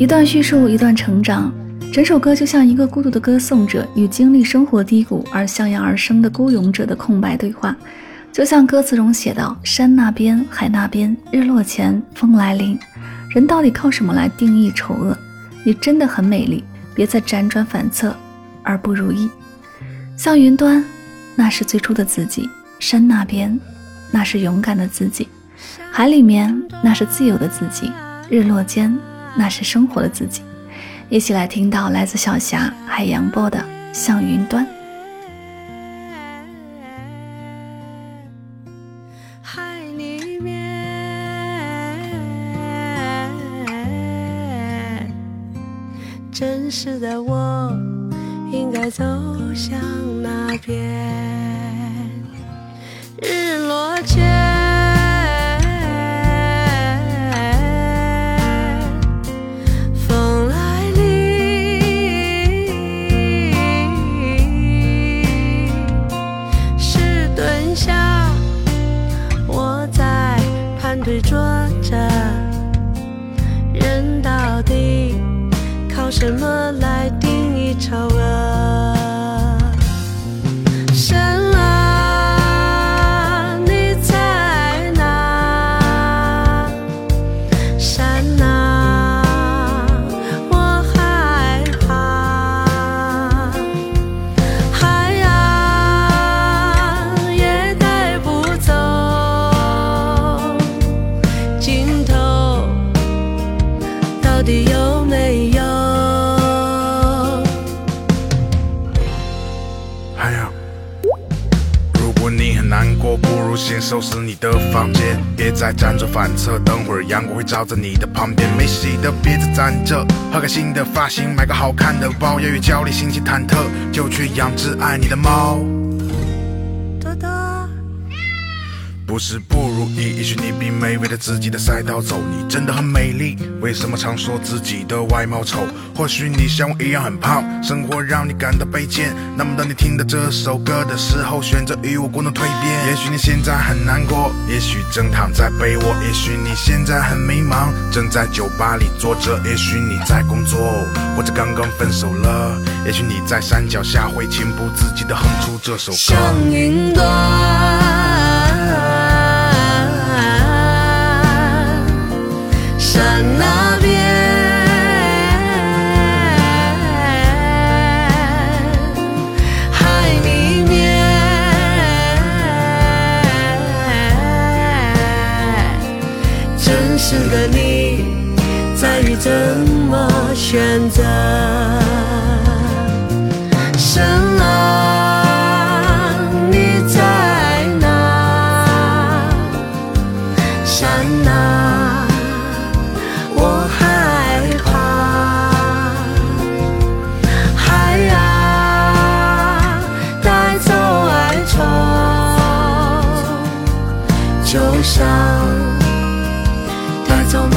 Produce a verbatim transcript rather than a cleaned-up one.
一段叙述，一段成长，整首歌就像一个孤独的歌颂者与经历生活低谷而向阳而生的孤勇者的空白对话。就像歌词中写道：山那边，海那边，日落前，风来临。人到底靠什么来定义丑恶？你真的很美丽，别再辗转反侧而不如意。像云端，那是最初的自己；山那边，那是勇敢的自己；海里面，那是自由的自己；日落间，那是生活的自己。一起来听到来自小霞海洋波的像云端。 海里面真实的我应该走向那边，日落前对坐着，人到底靠什么来定义丑恶？神啊，你在哪？山啊，我害怕，海啊，也带不走。到底有没有？ 海洋，如果你很难过，不如先收拾你的房间，别再辗转反侧，等会儿阳光会照在你的旁边。没洗的别再站着，换个新的发型，买个好看的包，要越焦虑心情忐忑，就去养只爱你的猫。 多多。 不是不如意，也许你比美味的自己的赛道走，你真的很美丽，为什么常说自己的外貌丑？或许你像我一样很胖，生活让你感到卑贱，那么当你听到这首歌的时候，选择与我共同蜕变。也许你现在很难过，也许正躺在被窝，也许你现在很迷茫，正在酒吧里坐着，也许你在工作，或者刚刚分手了，也许你在山脚下会情不自禁地哼出这首歌。 像云端山那边，海里面，真实的你在于怎么选择。神啊，你在哪？山啊，我害怕，海啊，带走哀愁，就像带走